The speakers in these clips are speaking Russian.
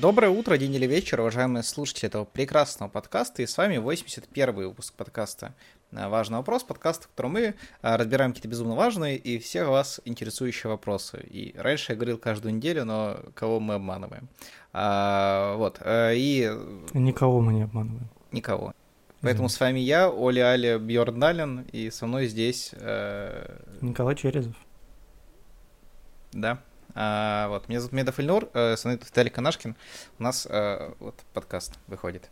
Доброе утро, день или вечер, уважаемые слушатели этого прекрасного подкаста. И с вами 81-й выпуск подкаста «Важный вопрос», подкаста, в котором мы разбираем какие-то безумно важные и всех вас интересующие вопросы. И раньше я говорил каждую неделю, но кого мы обманываем. Никого мы не обманываем. Никого. Поэтому с вами я, Оля Аля Бьорндален, и со мной здесь... Николай Черезов. Да. Меня зовут Медов Ильнур, со мной Виталий Канашкин. У нас подкаст выходит.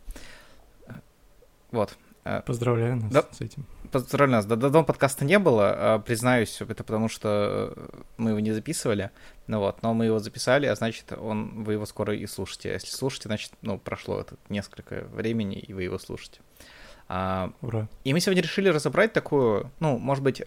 Поздравляю нас с этим. Поздравляю нас. Давно подкаста не было, признаюсь, это потому что мы его не записывали. Но мы его записали, а значит, вы его скоро и слушаете. А если слушаете, значит, прошло несколько времени, и вы его слушаете. Ура. И мы сегодня решили разобрать такую, может быть...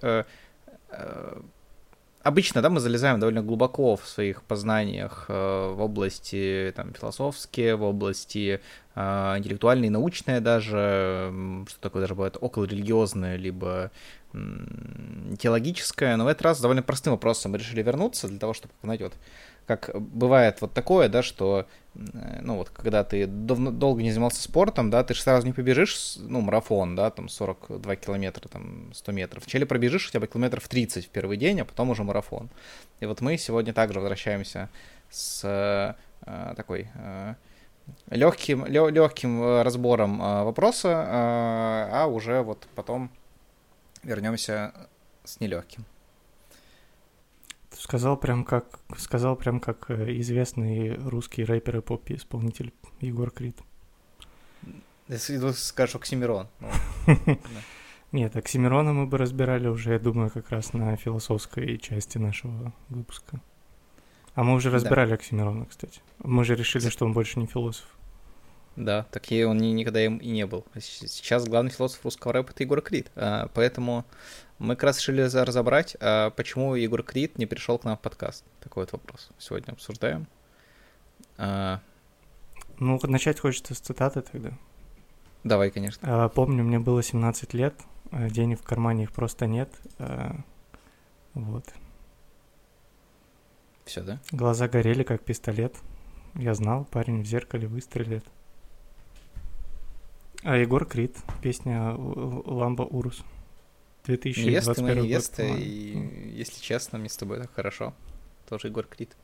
Обычно, мы залезаем довольно глубоко в своих познаниях в области философские, в области интеллектуальной, научной даже, что такое даже бывает околорелигиозное, либо теологическое, но в этот раз довольно простым вопросом мы решили вернуться для того, чтобы, знаете, как бывает такое, что, когда ты долго не занимался спортом, ты же сразу не побежишь, марафон, 42 километра, 100 метров. Вначале пробежишь хотя бы километров 30 в первый день, а потом уже марафон. И мы сегодня также возвращаемся с такой легким разбором вопроса, а уже потом вернемся с нелегким. Сказал прям как известный русский рэпер и поп-исполнитель Егор Крид. Если скажешь Оксимирон. Нет, Оксимирона мы бы разбирали уже, я думаю, как раз на философской части нашего выпуска. А мы уже разбирали Оксимирона, кстати. Мы же решили, что он больше не философ. Да, так и он никогда им и не был. Сейчас главный философ русского рэпа — это Егор Крид. Поэтому мы как раз решили разобрать, почему Егор Крид не пришел к нам в подкаст. Такой вопрос сегодня обсуждаем. Начать хочется с цитаты тогда. Давай, конечно. Помню, мне было 17 лет, денег в кармане их просто нет. Все, да? Глаза горели, как пистолет. Я знал, парень в зеркале выстрелит. Егор Крид, песня «Ламба Урус», 2021 год. Невеста, и, если честно, мне с тобой так хорошо. Тоже Егор Крид.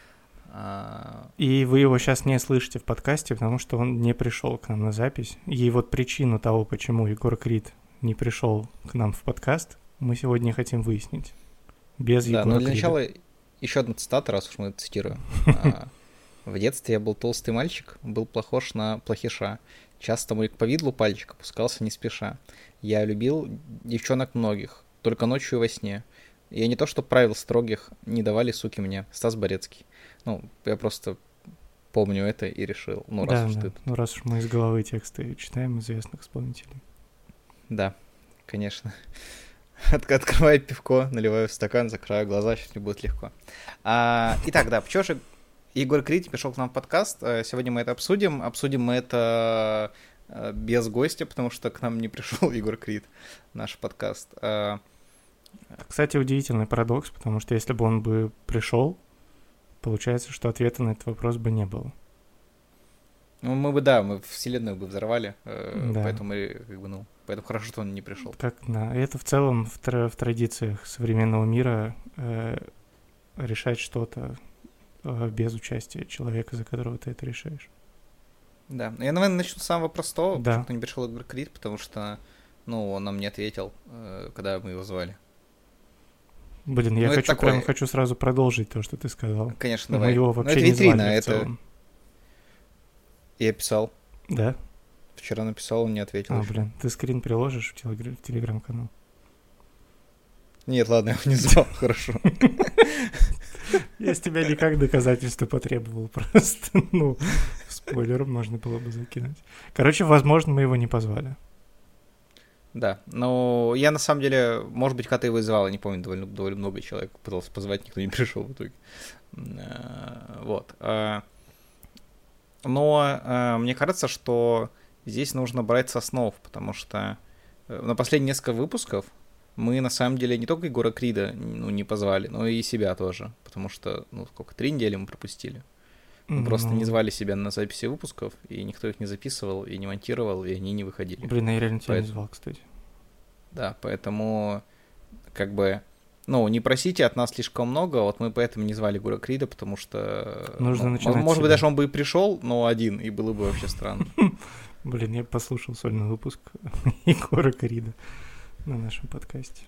И вы его сейчас не слышите в подкасте, потому что он не пришел к нам на запись. И причину того, почему Егор Крид не пришел к нам в подкаст, мы сегодня хотим выяснить. Без Егора Крида. Для начала еще одна цитата, раз уж мы цитируем. В детстве я был толстый мальчик, был похож на плохиша. Часто мой к повидлу пальчик опускался не спеша. Я любил девчонок многих, только ночью и во сне. Я не то что правил строгих, не давали суки мне. Стас Борецкий. Я просто помню это и решил. Раз уж мы из головы тексты читаем известных исполнителей. Да, конечно. Открываю пивко, наливаю в стакан, закрываю глаза, сейчас мне будет легко. Итак, почему же Егор Крид пришел к нам в подкаст? Сегодня мы это обсудим. Обсудим мы это без гостя, потому что к нам не пришел Егор Крид, наш подкаст. Кстати, удивительный парадокс, потому что если бы он бы пришел, получается, что ответа на этот вопрос бы не было. Мы вселенную бы взорвали, поэтому поэтому хорошо, что он не пришел. Это в целом в традициях современного мира решать что-то без участия человека, за которого ты это решаешь. Да, я, наверное, начну с самого простого, да. Почему не пришел Егор Крид, потому что, он нам не ответил, когда мы его звали. Блин, я хочу сразу продолжить то, что ты сказал. Конечно, давай. Мы его вообще не звали в целом. Я писал. Да? Вчера написал, он не ответил. Блин, ты скрин приложишь в телеграм-канал? Нет, ладно, я его не звал, хорошо. Я с тебя никак доказательства потребовал, просто, спойлером можно было бы закинуть. Короче, возможно, мы его не позвали. Да, но я на самом деле, может быть, когда ты его звал, я не помню, довольно много человек пытался позвать, никто не пришел в итоге. Но мне кажется, что здесь нужно брать с основ, потому что на последние несколько выпусков мы на самом деле не только Егора Крида не позвали, но и себя тоже, потому что, 3 недели мы пропустили. Мы просто не звали себя на записи выпусков, и никто их не записывал, и не монтировал, и они не выходили. Блин, я реально тебя не звал, кстати. Да, поэтому, как бы, не просите от нас слишком много, вот мы поэтому не звали Егора Крида, потому что... Нужно начинать может быть, даже он бы и пришел, но один, и было бы вообще странно. Блин, я послушал сольный выпуск Егора Крида на нашем подкасте.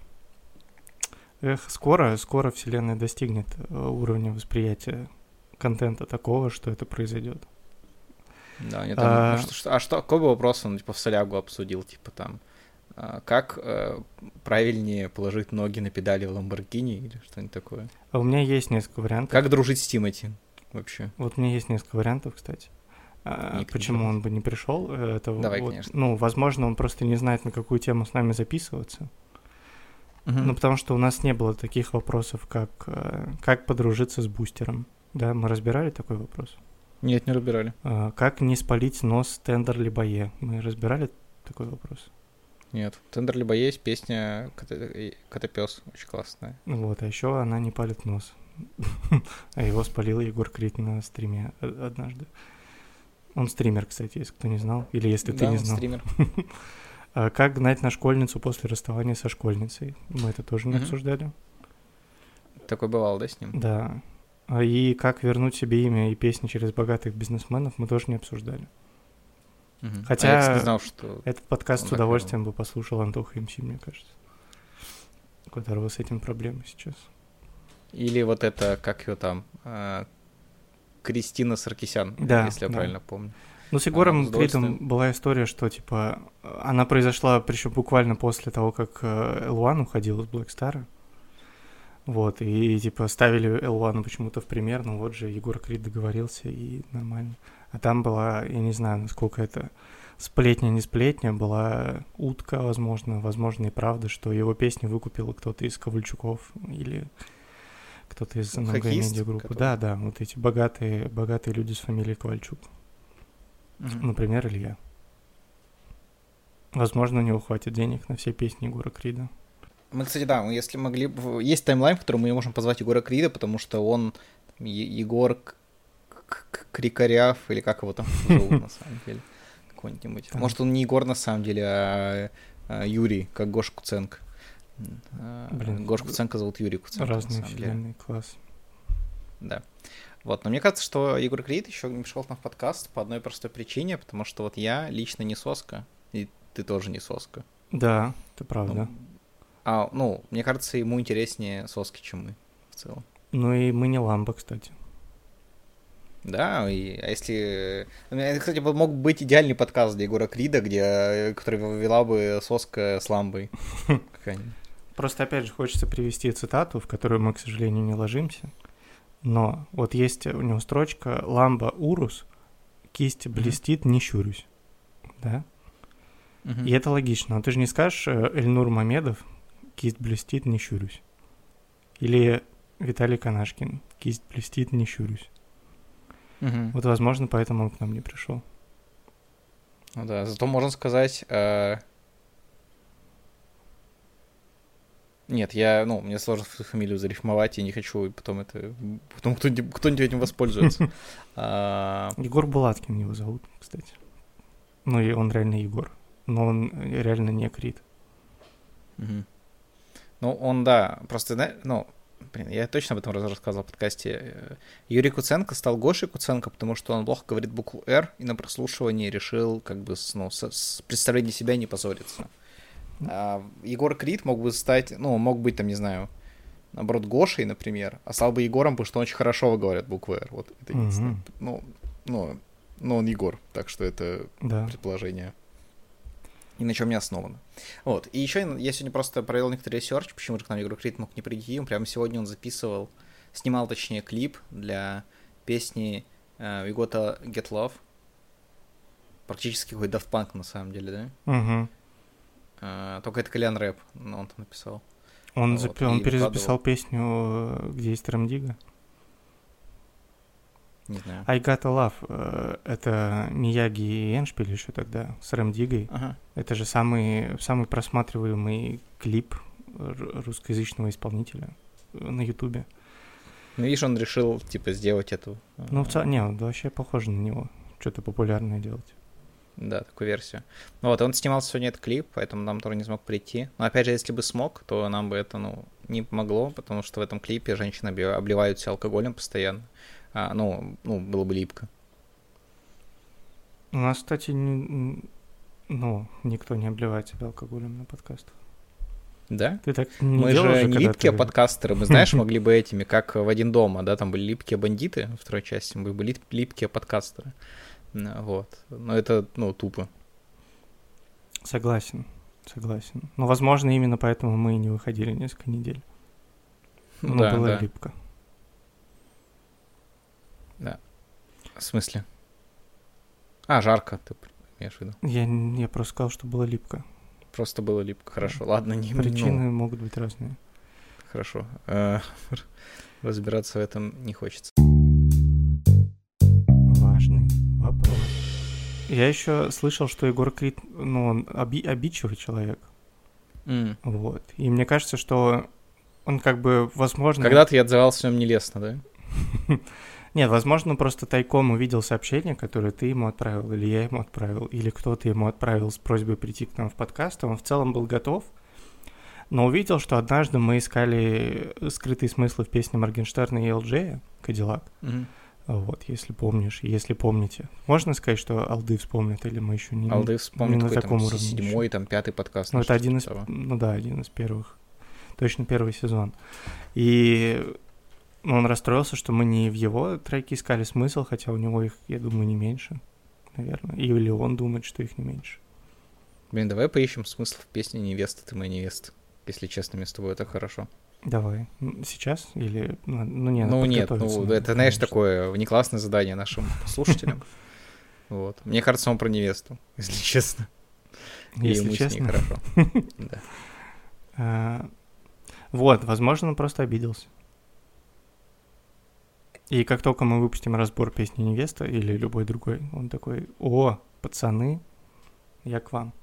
Скоро вселенная достигнет уровня восприятия контента такого, что это произойдет. Да, они там... какой бы вопрос он, в солягу обсудил, там, как правильнее положить ноги на педали в Ламборгини или что-нибудь такое? А у меня есть несколько вариантов. Как дружить с Тимати вообще? Вот у меня есть несколько вариантов, кстати. Почему он бы не пришел? Давай, конечно. Возможно, он просто не знает, на какую тему с нами записываться. Потому что у нас не было таких вопросов, как подружиться с бустером. Да, мы разбирали такой вопрос? Нет, не разбирали. Как не спалить нос Тендер Либае? Мы разбирали такой вопрос? Нет. Тендер Либае есть песня «Котопёс», очень классная. Вот, а еще она не палит нос. А его спалил Егор Крид на стриме однажды. Он стример, кстати, если кто не знал. Или если ты не знал. Да, он стример. Как гнать на школьницу после расставания со школьницей? Мы это тоже не обсуждали. Такой бывал, да, с ним? Да. И как вернуть себе имя и песни через богатых бизнесменов мы тоже не обсуждали. Хотя я не знал, что этот подкаст с удовольствием бы послушал Антоха МС, мне кажется. У которого с этим проблемы сейчас. Или вот это, как ее там, Кристина Саркисян, если я правильно помню. Ну, с Егором Кридом была история, что, типа, она произошла причем буквально после того, как L1 уходил из Black Star. Вот, и, типа, ставили L1 почему-то в пример, но вот же Егор Крид договорился, и нормально. А там была, я не знаю, насколько это сплетня, не сплетня, была утка, возможно, и правда, что его песни выкупил кто-то из Ковальчуков или кто-то из медиагруппы. Да, вот эти богатые люди с фамилией Ковальчук. Например, Илья. Возможно, у него хватит денег на все песни Егора Крида. Мы, кстати, да, если могли... Есть таймлайн, в котором мы можем позвать Егора Крида, потому что он Егор Крикаряв, или как его там зовут на самом деле. Какой-нибудь. Может, он не Егор на самом деле, а Юрий, как Гоша Куценко. Гоша Куценко зовут Юрий Куценко. Разные вселенные, класс. Да. Вот, но мне кажется, что Егор Крид еще не пришел к нам в подкаст по одной простой причине, потому что вот я лично не соска, и ты тоже не соска. Да, это правда. Мне кажется, ему интереснее соски, чем мы в целом. Ну и мы не ламба, кстати. Да, а если... Это, кстати, мог быть идеальный подкаст для Егора Крида, который вела бы соска с ламбой. Просто, опять же, хочется привести цитату, в которую мы, к сожалению, не ложимся. Но вот есть у него строчка «Ламба урус, кисть блестит, не щурюсь». Да? И это логично. Но ты же не скажешь Эльнур Мамедов «Кисть блестит, не щурюсь». Или Виталий Канашкин «Кисть блестит, не щурюсь». Вот, возможно, поэтому он к нам не пришел. Ну да, зато можно сказать... Нет, мне сложно свою фамилию зарифмовать, я не хочу, и потом кто-нибудь этим воспользуется. Егор Булаткин его зовут, кстати. Ну, и он реально Егор, но он реально не Крид. Ну, он, да, просто, я точно об этом рассказывал в подкасте. Юрий Куценко стал Гошей Куценко, потому что он плохо говорит букву «Р», и на прослушивании решил как бы с представления себя не позориться. Егор Крид мог бы стать, мог быть там, не знаю, наоборот, Гошей, например, а стал бы Егором, потому что он очень хорошо выговаривает букву «Р». Вот это единственное. Он Егор, так что это предположение. И на чем не основано. Вот. И еще я сегодня просто провел некоторый ресерч, почему же к нам Егор Крид мог не прийти. Прямо сегодня он снимал, точнее, клип для песни We Gotta Get Love. Практически какой Daft Punk, на самом деле, да? Только это Колян Рэп, он там написал. Он перезаписал песню, где есть Рамдига. Не знаю. I Gotta Love. Это Мияги и Эншпиль еще тогда с Рамдигой. Это же самый просматриваемый клип русскоязычного исполнителя на Ютубе. Ну, видишь, он решил, типа, сделать эту... Ну, не, он вообще похож на него. Что-то популярное делать. Да, такую версию. Ну вот, он снимал сегодня этот клип, поэтому нам тоже не смог прийти. Но опять же, если бы смог, то нам бы это, не помогло, потому что в этом клипе женщины обливают себя алкоголем постоянно. Было бы липко. У нас, кстати, никто не обливает себя алкоголем на подкастах. Да? Ты так не Мы делал же не липкие ты... подкастеры, мы, знаешь, могли бы этими, как в «Один дома», да, там были липкие бандиты во второй части, мы были липкие подкастеры. Вот. Но это, тупо. Согласен. Но, возможно, именно поэтому мы и не выходили несколько недель. Было липко. Да. В смысле? Жарко, ты имеешь в виду? Я просто сказал, что было липко. Просто было липко, хорошо. Ладно, не... Причины могут быть разные. Хорошо. Разбираться в этом не хочется. Важный вопрос. Я еще слышал, что Егор Крид, он обидчивый человек. Вот. И мне кажется, что он возможно... Когда ты отзывался о нем нелестно, да? Нет, возможно, просто тайком увидел сообщение, которое ты ему отправил, или я ему отправил, или кто-то ему отправил с просьбой прийти к нам в подкаст. Он в целом был готов, но увидел, что однажды мы искали скрытые смыслы в песне Моргенштерна и Элджея «Кадиллак». Вот, если помнишь, если помните. Можно сказать, что алды вспомнят, или мы еще не вспомнят на таком уровне? Седьмой, пятый подкаст. Это один из первых. Точно первый сезон. И он расстроился, что мы не в его треке искали смысл, хотя у него их, я думаю, не меньше, наверное. Или он думает, что их не меньше. Блин, давай поищем смысл в песне «Невеста, ты моя невеста». Если честно, мне с тобой это хорошо. Давай. Сейчас? Или... нет, это, знаешь, такое внеклассное задание нашим слушателям. Вот. Мне кажется, он про невесту, если честно. Если ему честно. С ней хорошо. Да. Вот, возможно, он просто обиделся. И как только мы выпустим разбор песни «Невеста» или любой другой, он такой: «О, пацаны, я к вам».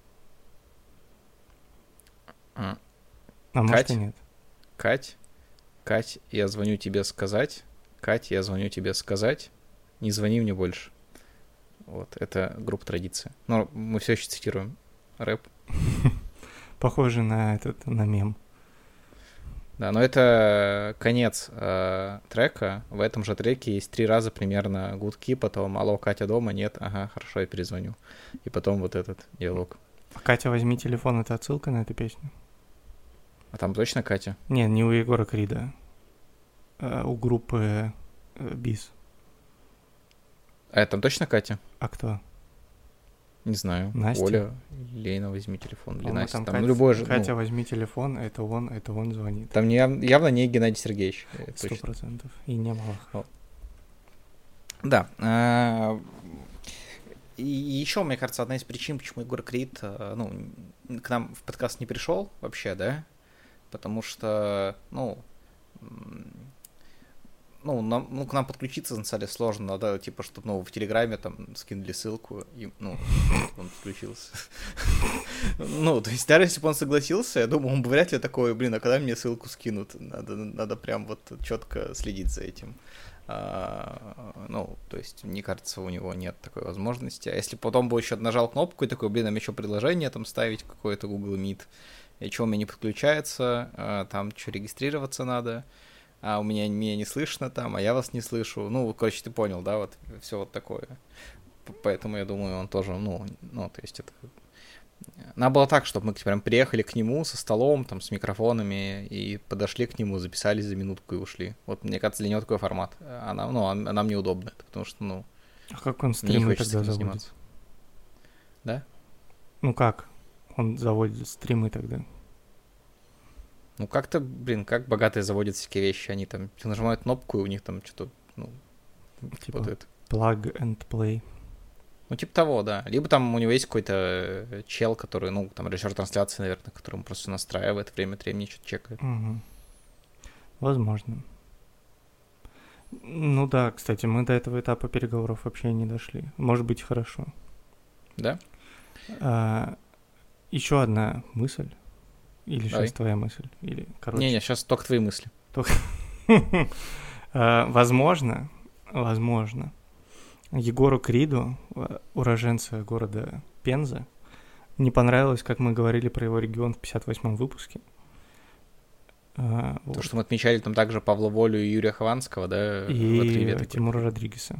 Может и нет. Кать, я звоню тебе сказать. Кать, я звоню тебе сказать. Не звони мне больше. Вот, это группа «Традиция». Но мы все еще цитируем рэп. Похоже на мем. Да, но это конец трека. В этом же треке есть 3 раза примерно гудки, потом «Алло, Катя дома?» «Нет». «Ага, хорошо, я перезвоню». И потом вот этот диалог. «Катя, возьми телефон» — это отсылка на эту песню? А там точно Катя? Нет, не у Егора Крида. У группы БИС. А там точно Катя? А кто? Не знаю. Настя? Оля, Лейна, возьми телефон. Или Настя. Там любой же, Катя, возьми телефон, это он звонит. Там явно не Геннадий Сергеевич. 100%. И не Малахов. Да. И еще, мне кажется, одна из причин, почему Егор Крид к нам в подкаст не пришел вообще, да? Потому что, к нам подключиться вначале сложно, надо, чтобы, в Телеграме там скинули ссылку, и, он подключился. То есть, даже если бы он согласился, я думаю, он бы вряд ли такой: а когда мне ссылку скинут? Надо прям вот четко следить за этим. То есть, мне кажется, у него нет такой возможности. А если потом бы еще нажал кнопку и такой: нам еще приложение там ставить, какое-то Google Meet, и что у меня не подключается, там что, регистрироваться надо, а меня не слышно там, а я вас не слышу. Короче, ты понял, да, вот все вот такое. Поэтому я думаю, он тоже, то есть это... Надо было так, чтобы мы прям приехали к нему со столом, там, с микрофонами, и подошли к нему, записались за минутку и ушли. Вот, мне кажется, для него такой формат. А нам неудобно, потому что, А как он стримы тогда заводит? Да? Как он заводит стримы тогда? Как-то, как богатые заводят всякие вещи. Они там нажимают кнопку, и у них там что-то, работает. Plug and play. Типа того, да. Либо там у него есть какой-то чел, который, там режиссер трансляции, наверное, который он просто настраивает, время от времени что-то чекает. Угу. Возможно. Да, кстати, мы до этого этапа переговоров вообще не дошли. Может быть, хорошо. Да? Еще одна мысль. Или Давай. сейчас твоя мысль? Или, короче... Не, сейчас только твои мысли. Возможно, Егору Криду, уроженца города Пенза, не понравилось, как мы говорили про его регион в 58-м выпуске. То, что мы отмечали там также Павла Волю и Юрия Хованского, да? И Тимура Родригеса.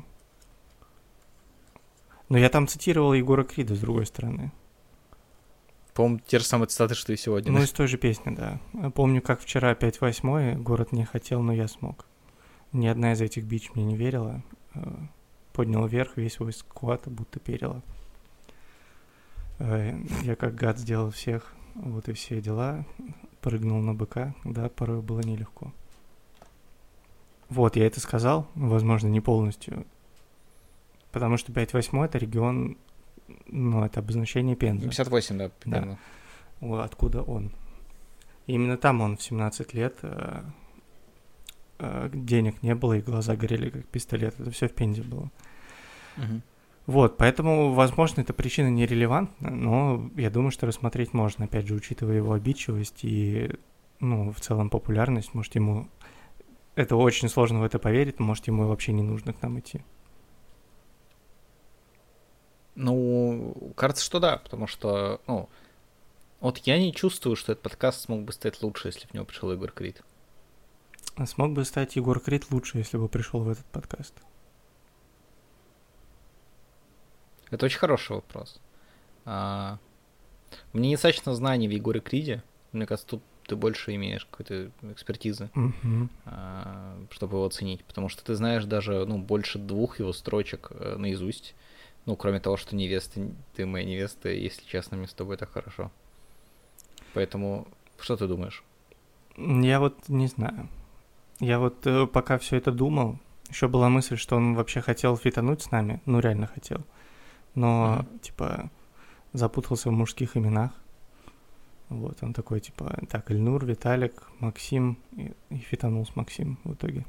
Но я там цитировал Егора Крида, с другой стороны. По-моему, те же самые цитаты, что и сегодня. Ну, из той же песни, да. Помню, как вчера 5/8, город не хотел, но я смог. Ни одна из этих бич мне не верила. Поднял вверх весь свой сквад, будто перила. Я как гад сделал всех, вот и все дела. Прыгнул на быка, да, порой было нелегко. Вот, я это сказал, возможно, не полностью. Потому что 5/8 это регион, ну, это обозначение Пензы. 58, да, примерно. Да. Откуда он. И именно там он в 17 лет, денег не было, и глаза горели как пистолет. Это все в Пензе было. Угу. Вот, поэтому, возможно, эта причина нерелевантна, но я думаю, что рассмотреть можно, опять же, учитывая его обидчивость и, ну, в целом популярность. Может, ему... Это очень сложно в это поверить, но, может, ему вообще не нужно к нам идти. Ну, кажется, что да, потому что, ну, вот я не чувствую, что этот подкаст смог бы стать лучше, если в него пришел Егор Крид. А смог бы стать Егор Крид лучше, если бы пришел в этот подкаст? Это очень хороший вопрос. Мне недостаточно знаний в Егоре Криде. Мне кажется, тут ты больше имеешь какой-то экспертизы, чтобы его оценить. Потому что ты знаешь даже, ну, больше 2 его строчек наизусть. Ну, кроме того, что невеста, ты моя невеста, если честно, мне с тобой так хорошо. Поэтому, что ты думаешь? Я вот не знаю. Я вот пока все это думал, еще была мысль, что он вообще хотел фитануть с нами. Ну, реально хотел. Но, типа, запутался в мужских именах. Вот, он такой, типа, так, Ильнур, Виталик, Максим, и фитанул с Максим в итоге.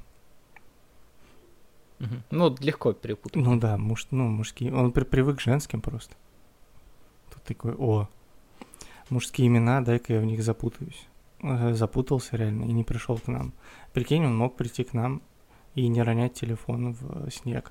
Ну, легко перепутать. Ну да, мужские. Он привык к женским просто. Тут такой, мужские имена, дай-ка я в них запутаюсь. Запутался реально и не пришел к нам. Прикинь, он мог прийти к нам и не ронять телефон в снег.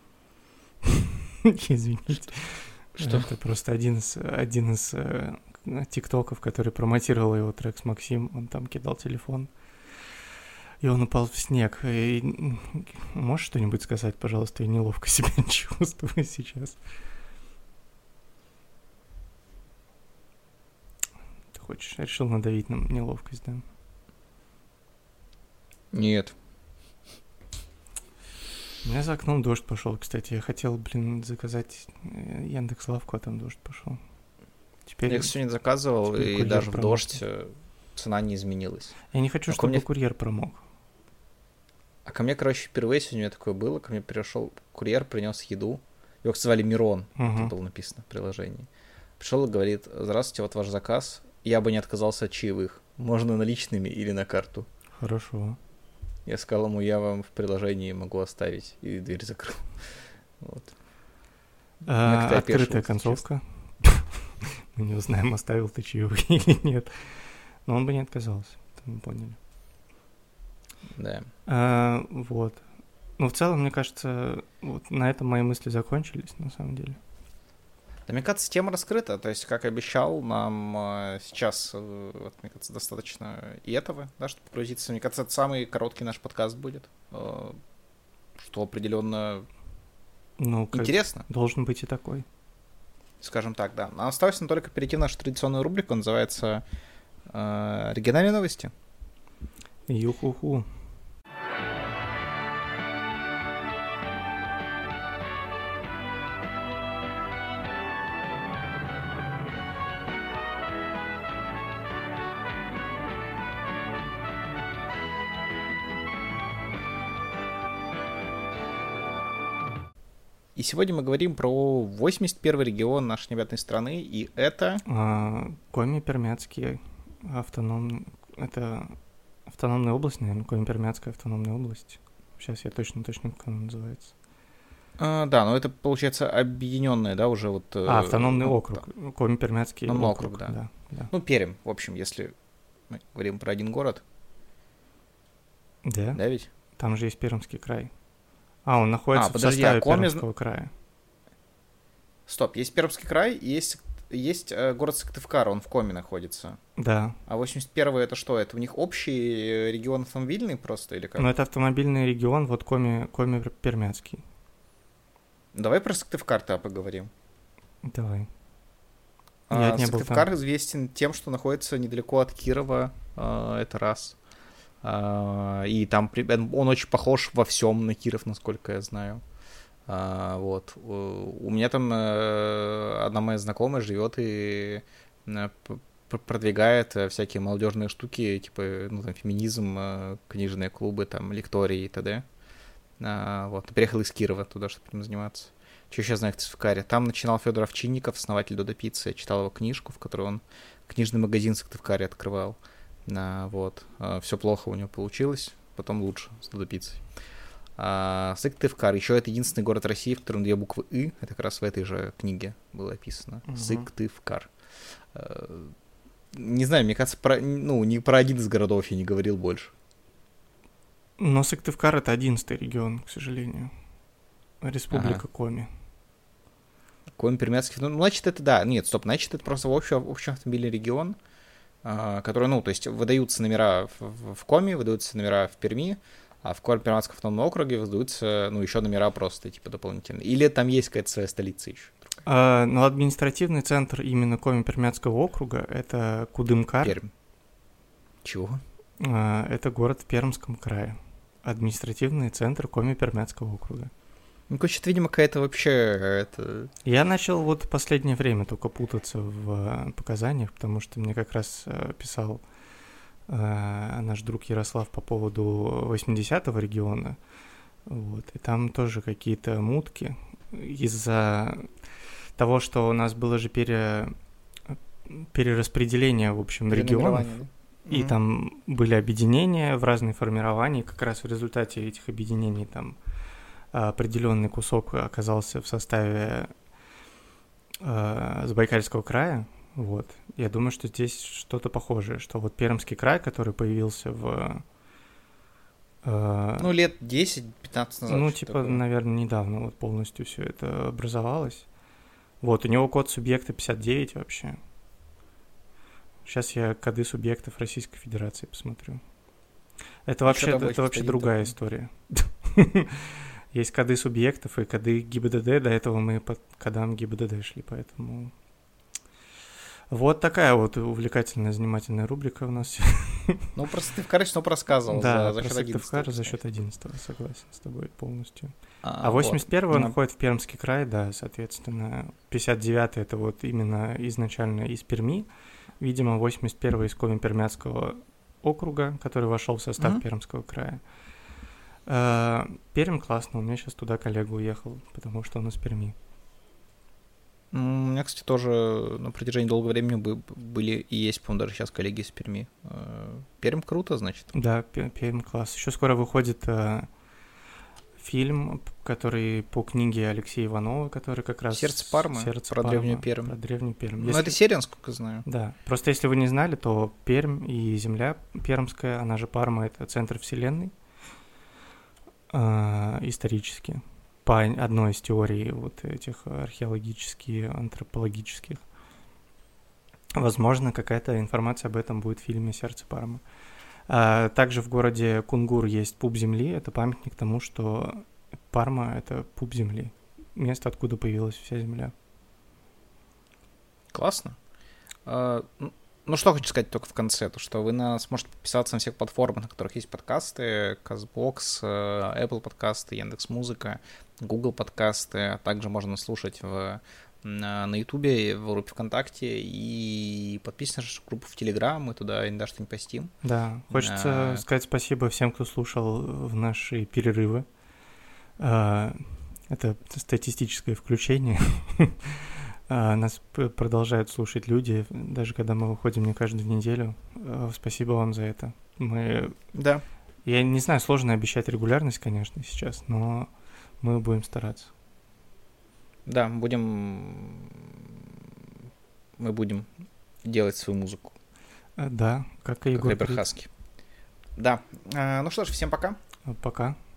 Извините. Что? Это просто один из тиктоков, который промонтировал его трек с Максим. Он там кидал телефон. И он упал в снег. И... Можешь что-нибудь сказать, пожалуйста? Я неловко себя чувствую сейчас. Ты хочешь? Решил надавить на неловкость, да? Нет. У меня за окном дождь пошел, кстати. Я хотел, заказать Яндекс.Лавку, а там дождь пошел. Теперь... Я сегодня заказывал, и даже в дождь цена не изменилась. Я не хочу, чтобы курьер промок. А ко мне, короче, впервые сегодня у меня такое было. Ко мне пришел курьер, принес еду. Его звали Мирон, это было написано в приложении. Пришел и говорит: здравствуйте, вот ваш заказ. Я бы не отказался от чаевых. Можно наличными или на карту. Хорошо. Я сказал ему: я вам в приложении могу оставить. И дверь закрыл. Вот. Открытая концовка. Мы не узнаем, оставил ты чаевые или нет. Но он бы не отказался. Мы поняли. Да. Вот. Ну, в целом, мне кажется, вот на этом мои мысли закончились, на самом деле. Да, мне кажется, тема раскрыта. То есть, как обещал, нам сейчас, вот, мне кажется, достаточно и этого, да, чтобы погрузиться. Мне кажется, это самый короткий наш подкаст будет, что определенно интересно. Должен быть и такой. Скажем так, да. Нам осталось только перейти в нашу традиционную рубрику, называется «Региональные новости». Юху-ху. И сегодня мы говорим про 81-й регион нашей необъятной страны, и это... Коми-Пермяцкий автономный... Это автономная область, наверное, Коми-Пермяцкая автономная область. Сейчас я точно, как она называется. Да, но это, получается, объединенная, да, уже вот... автономный округ. Да. Коми-Пермяцкий округ, да. Ну, Пермь, в общем, если мы говорим про один город. Да? Да ведь? Там же есть Пермский край. Он находится в подожди, составе Коми... Пермского края. Стоп, есть Пермский край, и есть город Сыктывкар, он в Коми находится. Да. А 81-й это что? Это у них общий регион автомобильный просто или как? Ну, это автомобильный регион, вот Коми-Пермяцкий. Давай про Сыктывкар-то поговорим. Давай. Я не был Сыктывкар там. известен тем, что находится недалеко от Кирова, это раз. И там он очень похож во всем на Киров, насколько я знаю. Вот. У меня там одна моя знакомая живет и продвигает всякие молодежные штуки, типа, ну, там, феминизм, книжные клубы, там, лектории и т.д. Вот. Приехал из Кирова туда, чтобы этим заниматься. Что еще знаю в Сыктывкаре? Там начинал Федор Овчинников, основатель Додо Пиццы. Я читал его книжку, в которой он книжный магазин в Сыктывкаре открывал. Вот. Все плохо у него получилось, потом лучше с Додо Пиццей. Сыктывкар. Еще это единственный город России, в котором 2 буквы «и». Это как раз в этой же книге было описано. Сыктывкар. Не знаю, мне кажется, не про один из городов я не говорил больше. Но Сыктывкар — это 11-й регион, к сожалению. Республика Коми. Коми-Пермяцкий. Ну, значит, это да. Нет, стоп. Значит, это просто общий автомобильный регион, который, то есть выдаются номера в Коми, выдаются номера в Перми, а в Коми-Пермяцком автономном округе выдаются, еще номера просто, типа, дополнительные. Или там есть какая-то своя столица еще? Но административный центр именно Коми-Пермяцкого округа — это Кудымкар. Пермь. Чего? Это город в Пермском крае. Административный центр Коми-Пермяцкого округа. Что-то, видимо, какая-то вообще... Я начал вот в последнее время только путаться в показаниях, потому что мне как раз писал наш друг Ярослав по поводу 80-го региона. Вот. И там тоже какие-то мутки. Из-за того, что у нас было же перераспределение, в общем, регионов. И там были объединения в разные формирования. Как раз в результате этих объединений там определенный кусок оказался в составе Забайкальского края. Вот. Я думаю, что здесь что-то похожее, что вот Пермский край, который появился в... лет 10-15 назад. Наверное, недавно вот полностью все это образовалось. Вот, у него код субъекта 59 вообще. Сейчас я коды субъектов Российской Федерации посмотрю. Это вообще другая история. Есть коды субъектов и коды ГИБДД. До этого мы по кодам ГИБДД шли, поэтому... Вот такая вот увлекательная, занимательная рубрика у нас. Про Сыктывкар снова рассказывал. Да, про Сыктывкар за счет 11-го, согласен с тобой полностью. 81-й он входит в Пермский край, да, соответственно. 59-й это вот именно изначально из Перми. Видимо, 81-й из Коми-Пермяцкого округа, который вошел в состав Пермского края. Пермь классно, у меня сейчас туда коллега уехал, потому что он из Перми. У меня, кстати, тоже на протяжении долгого времени были и есть, по-моему, даже сейчас коллеги из Перми. Пермь круто, значит? Да, Пермь класс. Еще скоро выходит фильм, который по книге Алексея Иванова, который как раз... «Сердце Пармы», про древнюю Пермь. Про древнюю Пермь. Это серия, насколько знаю. Да, просто если вы не знали, то Пермь и земля пермская, она же Парма, это центр вселенной исторически. По одной из теорий вот этих археологических, антропологических. Возможно, какая-то информация об этом будет в фильме «Сердце Пармы». Также в городе Кунгур есть пуп земли. Это памятник тому, что Парма — это пуп земли. Место, откуда появилась вся земля. Классно. Что хочу сказать только в конце, то что вы сможете подписаться на всех платформах, на которых есть подкасты, CastBox, Apple подкасты, Яндекс.Музыка, Google подкасты, а также можно слушать на Ютубе, в группе ВКонтакте, и подписывайтесь на нашу группу в Телеграм, мы туда иногда что-нибудь постим. Да, хочется сказать спасибо всем, кто слушал в наши перерывы. Это статистическое включение. Нас продолжают слушать люди, даже когда мы выходим не каждую неделю. Спасибо вам за это. Да. Я не знаю, сложно обещать регулярность, конечно, сейчас, но мы будем стараться. Да, мы будем делать свою музыку. Да, как и Егор Крид. Да. Ну что ж, всем пока. Пока.